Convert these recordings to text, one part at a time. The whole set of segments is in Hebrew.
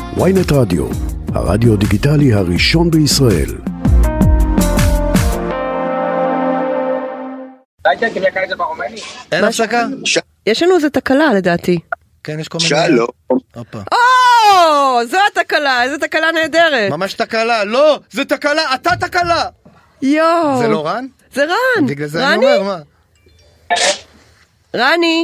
ynet רדיו, הרדיו דיגיטלי הראשון בישראל. אין הפסקה? יש לנו איזה תקלה לדעתי. כן, יש כל מיני... שלום. זו התקלה, איזה תקלה נהדרת. ממש תקלה, לא, זה תקלה, אתה תקלה. יואו. זה לא רן? זה רן. בגלל זה אני אומר, מה? רני.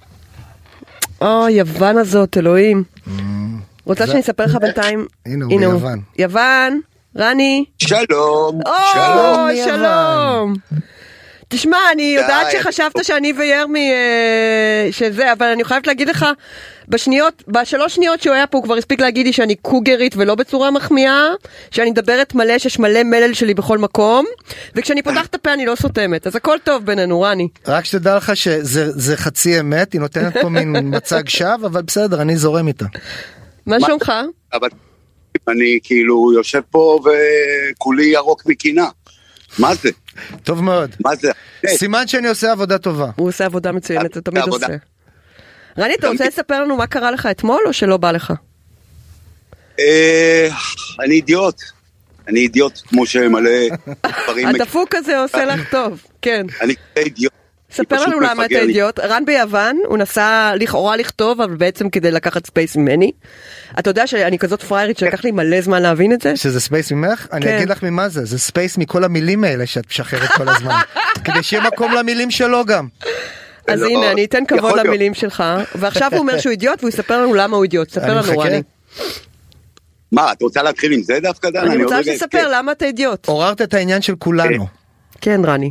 יוון הזאת, אלוהים. רוצה שאני אספר לך בינתיים? הנה הוא ביוון. יוון, רני. שלום. שלום. תשמע, אני יודעת שחשבת שאני וירמי שזה, אבל אני חייבת להגיד לך, בשלוש שניות שהוא היה פה, הוא כבר הספיק להגיד לי שאני קוגרית ולא בצורה מחמיאה, שאני מדברת מלא, שיש מלא מלל שלי בכל מקום, וכשאני פותחת את הפה אני לא סותמת, אז הכל טוב בינינו, רני. רק שתדע לך שזה חצי אמת, היא נותנת פה מין מצג שווא, אבל בסדר, אני זורם איתה. מה שומך? אבל אני כאילו יושב פה וכולי ירוק מקינה. מה זה? טוב מאוד. מה זה? סימן שאני עושה עבודה טובה. הוא עושה עבודה מצוינת, אתה תמיד עושה. רני, אתה רוצה לספר לנו מה קרה לך אתמול או שלא בא לך? אני אידיוט, כמו שמלא דברים... הדפוק הזה עושה לך טוב, כן. אני אידיוט. ספר לנו למה אתה אידיוט. רן ביוון, הוא נסע לכאורה לכתוב, אבל בעצם כדי לקחת ספייס ממני. אתה יודע שאני כזאת פריירית שלקח לי מלא זמן להבין את זה? שזה ספייס ממך? אני אגיד לך ממה זה. זה ספייס מכל המילים האלה שאת משחררת כל הזמן. כדי שיהיה מקום למילים שלו גם. אז הנה, אני אתן כבוד למילים שלך. ועכשיו הוא אומר שהוא אידיוט, והוא יספר לנו למה הוא אידיוט. ספר לנו, רני. מה, את רוצה להתחיל עם זה דווקא, דן? אני רוצה שתספר למה אתה אידיוט. עוררת את העניין של כולנו. כן, רני.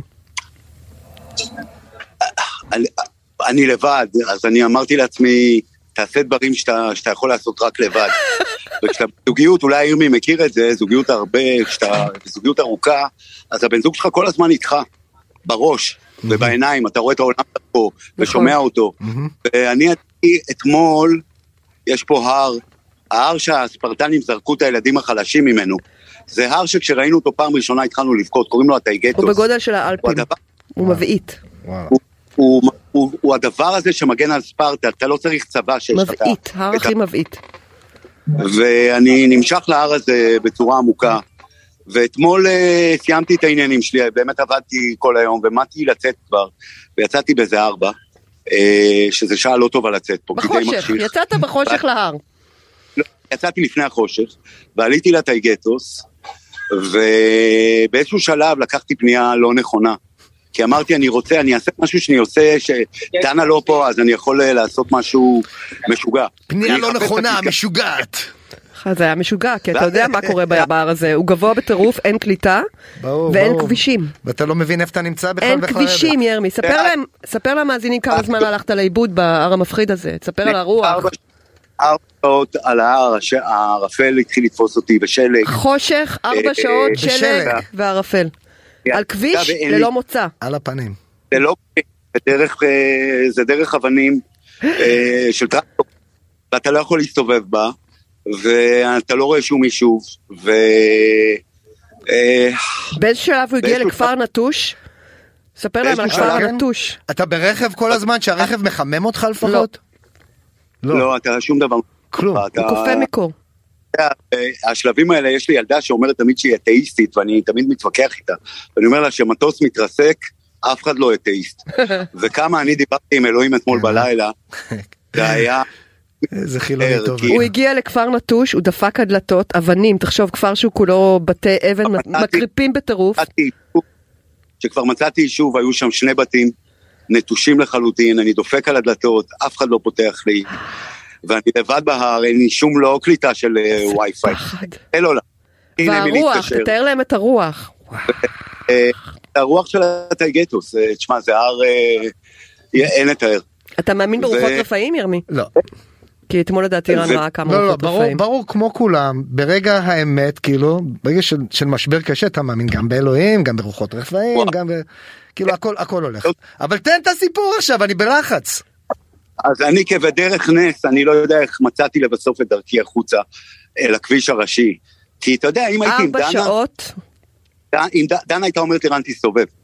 אני לבד, אז אני אמרתי לעצמי, תעשה דברים שאתה יכול לעשות רק לבד. וכשאתה בזוגיות, אולי ירמי מכיר את זה, זוגיות זוגיות ארוכה, אז הבן זוג שלך כל הזמן איתך, בראש ובעיניים, אתה רואה את העולם פה ושומע אותו. ואני אתמול, יש פה ההר שהספרטנים זרקו את הילדים החלשים ממנו. זה הר שכשראינו אותו פעם ראשונה התחלנו לבכות, קוראים לו הטייגטוס. הוא בגודל של האלפים, הוא מבעית. הוא הדבר הזה שמגן על ספרטה, אתה לא צריך צבא שיש לך. מבעית, הר הכי מבעית. ואני נמשך להר הזה בצורה עמוקה, ואתמול סיימתי את העניינים שלי, באמת עבדתי כל היום, ומעתי לצאת כבר, ויצאתי באיזה 4, שזה שעה לא טובה לצאת פה. בחושך, יצאת בחושך להר. לא, יצאתי לפני החושך, ועליתי לטייגטוס, ובאיזשהו שלב לקחתי פנייה לא נכונה, כי אמרתי, אני אעשה משהו שאני עושה, שדנה לא פה, אז אני יכול לעשות משהו משוגע. פנייה לא נכונה, משוגעת. זה היה משוגע, כי אתה יודע מה קורה בהר הזה. הוא גבוה בטירוף, אין קליטה, ואין כבישים. ואתה לא מבין איפה אתה נמצא בכלל. אין כבישים, ירמי. ספר למאזינים כמה זמן הלכת לאיבוד בהר המפחיד הזה. תספר על הרוח. 4 שעות על ההר, הערפל התחיל לתפוס אותי בשלג. חושך, 4 שעות, שלג וערפל. על כביש ללא מוצא. על הפנים. זה דרך אבנים של טרקטור, ואתה לא יכול להסתובב בה, ואתה לא רואה שום יישוב, באיזה שלב הוא הגיע לכפר נטוש? ספר להם על הכפר הנטוש. אתה ברכב כל הזמן שהרכב מחמם אותך לפחות? לא, אתה שום דבר. כלום. הוא קופא מקור. השלבים האלה, יש לי ילדה שאומרת תמיד שהיא אתאיסטית, ואני תמיד מתווכח איתה, ואני אומר לה שמטוס מתרסק, אף אחד לא אתאיסט. וכמה אני דיברתי עם אלוהים אתמול בלילה, זה היה... איזה חילוני טוב. הוא הגיע לכפר נטוש, הוא דפק הדלתות, אבנים, תחשוב, כפר שהוא כולו בתי אבן, מקריפים בטירוף. שכבר מצאתי יישוב, היו שם 2 בתים, נטושים לחלוטין, אני דופק על הדלתות, אף אחד לא פותח לי. ואני לבד בהר, אין לי שום לא קליטה של וי-פיי. אלו לה. והרוח, תתאר להם את הרוח. הרוח של הטייגטוס, תשמע, זה הר, אין לתאר. אתה מאמין ברוחות רפאים, ירמי? לא. כי אתמול לדעתי רן ראה כמה רוחות רפאים. ברור, כמו כולם, ברגע האמת, כאילו, ברגע של משבר קשה, אתה מאמין גם באלוהים, גם ברוחות רפאים, גם כאילו, הכל הולך. אבל תן את הסיפור עכשיו, אני בלחץ. אז אני כבדרך נס, אני לא יודע איך מצאתי לבסוף את דרכי החוצה לכביש הראשי. כי אתה יודע, אם הייתי עם דנה... 4 שעות? אם דנה הייתה אומרת לי, רן תסתובב.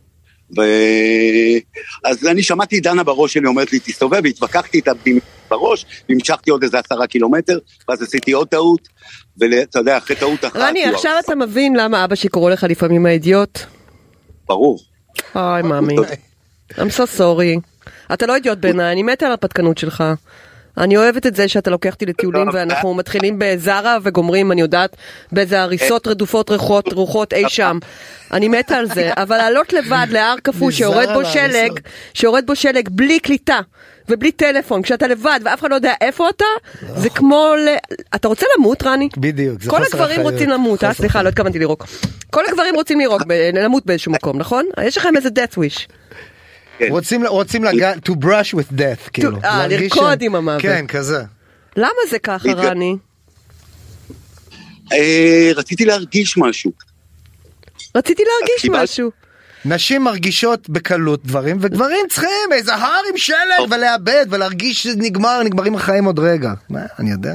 אז אני שמעתי דנה בראש שלי אומרת לי תסתובב, והתווכחתי איתה בראש, והמשכתי עוד איזה 10 קילומטר, ואז עשיתי עוד טעות, ואתה יודע, אחרי טעות אחת... רני, עכשיו אתה מבין למה אבא שקורא לך לפעמים האידיוט? ברור. אוי, מאמי. I'm so sorry. אתה לא אידיוט בעיניי, אני מתה על הפתקנות שלך. אני אוהבת את זה שאתה לוקח אותי לטיולים ואנחנו מתחילים בזרה וגומרים, אני יודעת, באיזה הריסות רדופות רוחות אי שם. אני מתה על זה, אבל לעלות לבד להר קפוא שיורד בו שלג בלי קליטה ובלי טלפון, כשאתה לבד ואף אחד לא יודע איפה אתה, זה כמו אתה רוצה למות, רני? בדיוק. כל הגברים רוצים למות, סליחה, לא התכוונתי לירוק. כל הגברים רוצים למות באיזשהו מקום, נכון? יש לכם איזה death wish. רוצים to brush with death, כאילו. לרקוד עם המוות. כן, כזה. למה זה ככה, רני? רציתי להרגיש משהו. נשים מרגישות בקלות דברים, וגברים צריכים איזה הר עם שלג ולאבד ולהרגיש שנגמרים החיים עוד רגע. מה, אני יודע.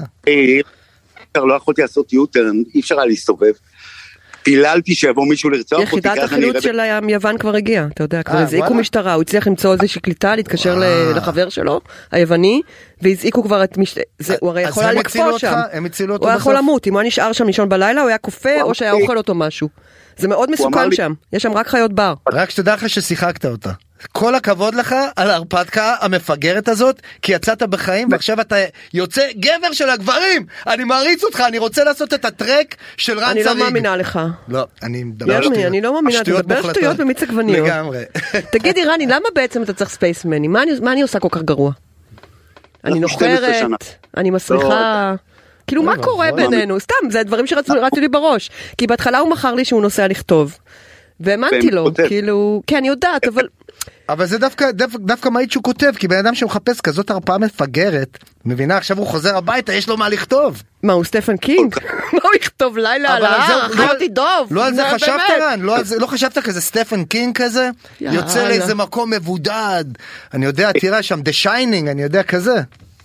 לא יכולתי לעשות יוטרן, אי אפשר היה להסתובב. פיללתי שיבוא מישהו לרצוח אותי. יחידת החילוץ של היוון כבר הגיע, אתה יודע, כבר הזעיקו משטרה, הוא הצליח למצוא איזושהי קליטה, להתקשר לחבר שלו, היווני, והזעיקו כבר את הוא הרי יכול לקפוא שם. הוא יכול למות, אם הוא היה נשאר שם לישון בלילה, הוא היה קופא או שהיה אוכל אותו משהו. זה מאוד מסוכן שם, יש שם רק חיות בר. רק שתדע לך ששיחקת אותה. כל הכבוד לך על ההרפתקה המפגרת הזאת, כי יצאת בחיים ועכשיו אתה יוצא גבר של הגברים. אני מעריץ אותך, אני רוצה לעשות את הטרק של רן צריג. אני לא מאמינה לך. לא, אני מדבר שטויות. אני לא מאמינה, אתה מדבר שטויות במיץ עגבניות. לגמרי. תגידי רני, למה בעצם אתה צריך ספייסמני? מה אני עושה כל כך גרוע? אני נוחרת, אני מסריחה. כאילו מה קורה בינינו? סתם, זה הדברים שרצו לי בראש. כי בהתחלה הוא מכר לי שהוא נוסע לכתוב. והאמנתי לו, כאילו, כן, אני יודעת, אבל זה דווקא מה שהוא כותב, כי בן אדם שמחפש כזאת הרפאה מפגרת, מבינה, עכשיו הוא חוזר הביתה, יש לו מה לכתוב. מה, הוא סטפן קינג? מה הוא יכתוב לילה על ההר? אחרתי דוב. לא על זה חשבת, רן? לא חשבת כזה סטפן קינג כזה? יוצא לאיזה מקום מבודד. אני יודע, תראה שם, The Shining, אני יודע כזה.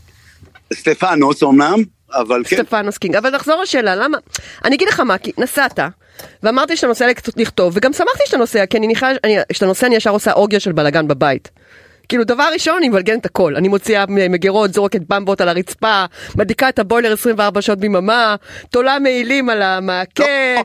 סטפנוס אומנם, אבל כן. סטפנוס קינג, אבל נחזור לשאלה, למה? אני אגיד לך מה, כי נסעת, ואמרתי שאתה נוסע לכתוב, וגם שמחתי שאתה נוסע, כי שאתה נוסע אני ישר עושה אורגיה של בלגן בבית. כאילו דבר ראשון אני מבלגן את הכל, אני מוציאה מגירות, זורקת במבות על הרצפה, מדליקה את הבוילר 24 שעות ביממה, תולה מעילים על המעקה,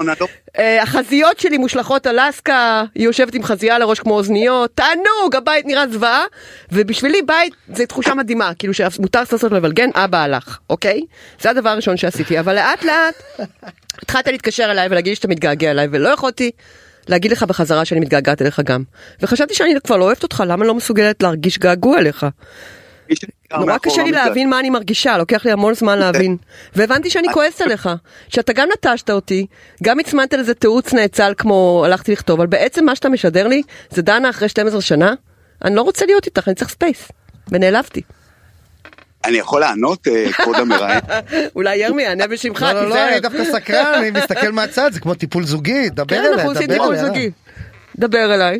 החזיות שלי מושלכות אלסקה, היא יושבת עם חזייה לראש כמו אוזניות, תענוג, הבית נראה זוועה, ובשבילי בית זה תחושה מדהימה, כאילו שמותר לעשות לבלגן, אבא הלך, אוקיי? זה הדבר הראשון שעשיתי, אבל לאט לאט התחלת להתקשר אליי ולהגיד לי שאתה מתגעגע אליי, ולא יכולתי להגיד לך בחזרה שאני מתגעגעת אליך גם. וחשבתי שאני כבר לא אוהבת אותך, למה לא מסוגלת להרגיש געגוע אליך? נורא קשה לי להבין מה אני מרגישה, לוקח לי המון זמן להבין. והבנתי שאני כועסת עליך, שאתה גם נטשת אותי, גם הצמנת לזה תירוץ נאצל כמו הלכתי לכתוב, אבל בעצם מה שאתה משדר לי, זה דנה אחרי 12 שנה, אני לא רוצה להיות איתך, אני צריך ספייס. ונעלבתי. אני יכול לענות, כבוד המראיין? אולי ירמי, יענה בשמך. לא, אני דווקא סקרן, אני מסתכל מהצד, זה כמו טיפול זוגי, דבר אליי. כן, אנחנו עושים טיפול זוגי. דבר אליי.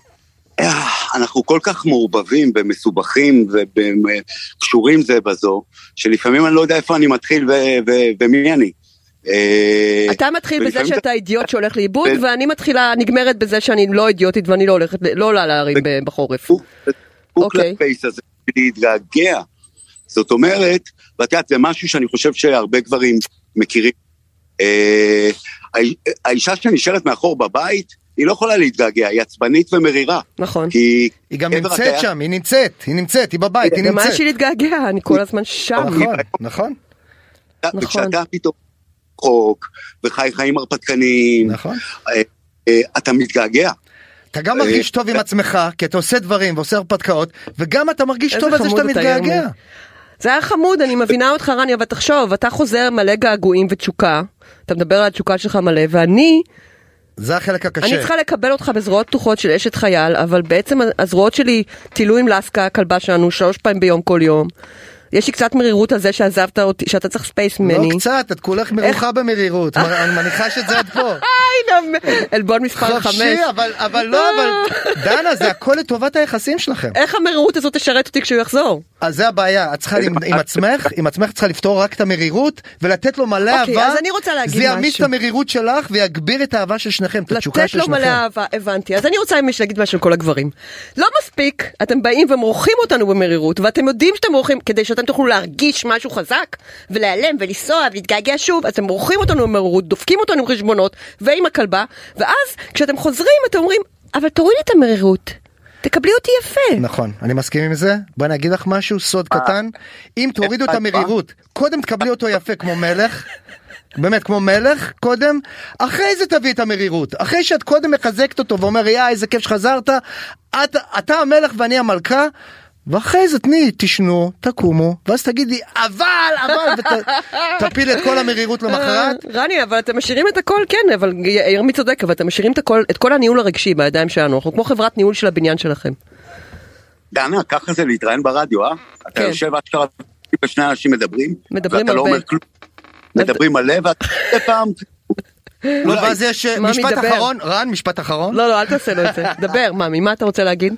אנחנו כל כך מעורבבים ומסובכים וקשורים זה בזו, שלפעמים אני לא יודע איפה אני מתחיל ומי אני. אתה מתחיל בזה שאתה אידיוט שהולך לאיבוד, ואני מתחילה, נגמרת בזה שאני לא אידיוטית ואני לא עולה להרים בחורף. אוקיי. זה להתגעגע. זאת אומרת, ואת זה משהו שאני חושב שהרבה גברים מכירים. האישה שנשארת מאחור בבית, היא לא יכולה להתגעגע, היא עצבנית ומרירה. נכון. היא גם נמצאת שם, היא נמצאת, היא בבית, היא נמצאת. מה שהיא להתגעגע, אני כל הזמן שם. נכון. וכשאתה פתאום חוק, וחי חיים הרפתקניים, אתה מתגעגע. אתה גם מרגיש טוב עם עצמך, כי אתה עושה דברים ועושה הרפתקאות, וגם אתה מרגיש טוב על זה שאתה מתגעגע. זה היה חמוד, אני מבינה אותך רני, אבל תחשוב, אתה חוזר מלא געגועים ותשוקה, אתה מדבר על התשוקה שלך מלא, ואני... זה החלק הקשה. אני צריכה לקבל אותך בזרועות פתוחות של אשת חייל, אבל בעצם הזרועות שלי טילו עם לסקה, הכלבה שלנו, 3 פעמים ביום כל יום. יש לי קצת מרירות על זה שעזבת אותי, שאתה צריך ספייס ממני. לא קצת, את כולך מרוחה במרירות. אני מניחה שזה עד פה. אלבון מספר 5. חופשי, אבל לא, דנה, זה הכל לטובת היחסים שלכם. איך המרירות הזאת תשרת אותי כשהוא יחזור? אז זה הבעיה, את צריכה עם עצמך צריכה לפתור רק את המרירות, ולתת לו מלא אהבה. אז אני רוצה להגיד משהו. זה יעמיס את המרירות שלך, ויגביר את האהבה של שניכם, את התשוקה של שניכם. לתת לו מלא אהבה, הבנתי. אז אני רוצה להגיד משהו לכל הגברים. לא מספיק, אתם באים ומורחים אותנו במרירות, ואתם יודעים שאתם מורחים, כדי שאתם תוכלו להרגיש משהו חזק, ולהיעלם, ולנסוע, ולהתגעגע שוב, אתם מורחים אותנו במרירות, דופקים אותנו עם חשבונות, ועם הכלבה, ואז, כשאתם חוזרים, אתם אומרים, אבל תורידי את המרירות. תקבלי אותי יפה. נכון, אני מסכים עם זה. בואי נגיד לך משהו, סוד קטן. אם תורידו את המרירות, קודם תקבלי אותו יפה כמו מלך, באמת כמו מלך, קודם, אחרי זה תביא את המרירות. אחרי שאת קודם מחזקת אותו ואומר, איזה כיף שחזרת, אתה המלך ואני המלכה, ואחרי זה תשנו, תקומו, ואז תגידי, אבל, ותפיל את כל המרירות למחרת. רני, אבל אתם משאירים את הכל, כן, אבל ירמי צודק, אבל אתם משאירים את כל הניהול הרגשי בידיים שלנו, אנחנו כמו חברת ניהול של הבניין שלכם. דנה, ככה זה להתראיין ברדיו, אה? אתה יושב אשכרה, ושני אנשים מדברים, ואתה לא אומר כלום. מדברים על לב, ואתה פעם... לא, ואז יש משפט אחרון, רן, משפט אחרון. לא, אל תעשה לו את זה. דבר, מה אתה רוצה להגיד?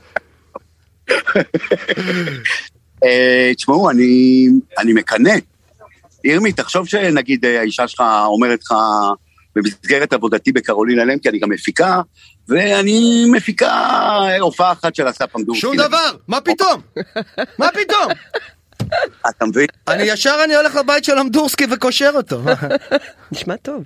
תשמעו, אני מקנה. ירמי, תחשוב שנגיד האישה שלך אומרת לך במסגרת עבודתי בקרולינה לם, כי אני גם מפיקה, ואני מפיקה הופעה אחת של אסף אמדורסקי. שום דבר, מה פתאום? מה פתאום? אתה מבין? אני הולך לבית של אמדורסקי וקושר אותו. נשמע טוב.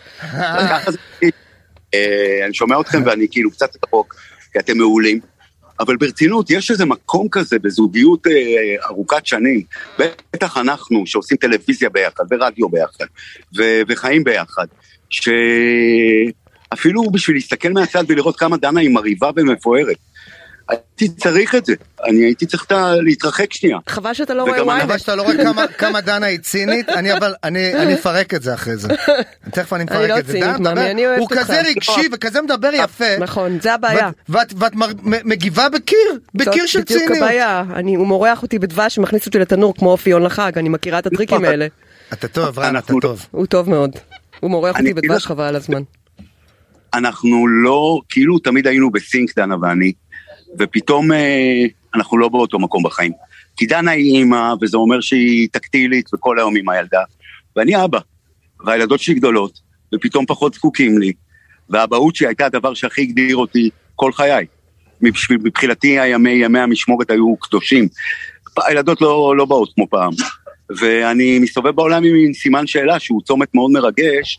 אני שומע אתכם ואני כאילו קצת רחוק, כי אתם מעולים. אבל ברצינות, יש איזה מקום כזה בזוגיות ארוכת שנים, בטח אנחנו שעושים טלוויזיה ביחד, ורדיו ביחד, וחיים ביחד, שאפילו בשביל להסתכל מהצד ולראות כמה דנה היא מריבה ומפוארת, הייתי צריך את זה, אני הייתי צריך להתרחק שנייה. חבל שאתה לא רואה וואי. חבל שאתה לא רואה כמה דנה היא צינית, אני אפרק את זה אחרי זה. תכף אני מפרק את זה. הוא כזה רגשי וכזה מדבר יפה. נכון, זה הבעיה. ואת מגיבה בקיר של ציניות. בדיוק הבעיה, הוא מורח אותי בדבש ומכניס אותי לתנור כמו אופיון לחג, אני מכירה את הטריקים האלה. אתה טוב, רן, אתה טוב. הוא טוב מאוד. הוא מורח אותי בדבש חבל על הזמן. אנחנו לא, כאילו תמיד היינו בסינק, דנה ואני, ופתאום אנחנו לא באותו מקום בחיים. כי דנה היא אימא, וזה אומר שהיא טקטילית, וכל היום עם הילדה, ואני אבא, והילדות שלי גדולות, ופתאום פחות זקוקים לי, והאבהות שהיא הייתה הדבר שהכי הגדיר אותי כל חיי. מבחינתי ימי המשמורת היו קדושים. הילדות לא באות כמו פעם. ואני מסתובב בעולם עם סימן שאלה, שהוא צומת מאוד מרגש,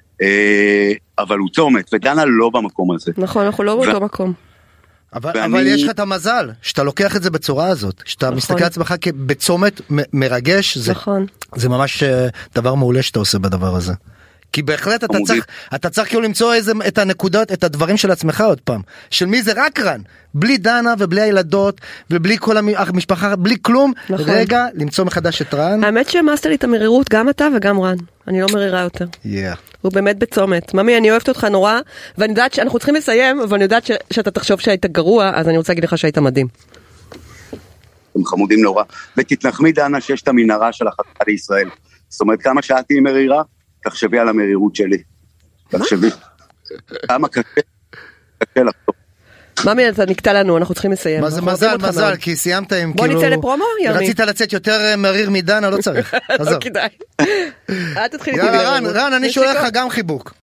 אבל הוא צומת, ודנה לא במקום הזה. נכון, אנחנו לא באותו מקום. אבל יש לך את המזל, שאתה לוקח את זה בצורה הזאת, שאתה מסתכל על עצמך בצומת מרגש, זה ממש דבר מעולה שאתה עושה בדבר הזה. כי בהחלט אתה צריך כאילו למצוא את הנקודות, את הדברים של עצמך עוד פעם. של מי זה רק רן, בלי דנה ובלי הילדות, ובלי כל המשפחה, בלי כלום, רגע למצוא מחדש את רן. האמת שמאסת לי את המרירות, גם אתה וגם רן. אני לא מרירה יותר. הוא באמת בצומת. ממי, אני אוהבת אותך נורא, ואני יודעת שאנחנו צריכים לסיים, אבל אני יודעת שאתה תחשוב שהיית גרוע, אז אני רוצה להגיד לך שהיית מדהים. אתם חמודים נורא. ותתנחמי דנה שיש את המנהרה של החלטה לישראל. זאת אומרת, כמה שעתי עם מרירה, תחשבי על המרירות שלי. תחשבי. כמה קשה לחתוך. ממי, אתה נקטע לנו, אנחנו צריכים לסיים. מזל, כי סיימת עם בוא נצא לפרומו, ירמי. רצית לצאת יותר מריר מדנה, לא צריך. לא כדאי. אל תתחיל איתי. יאללה, רן, אני שולח לך גם חיבוק.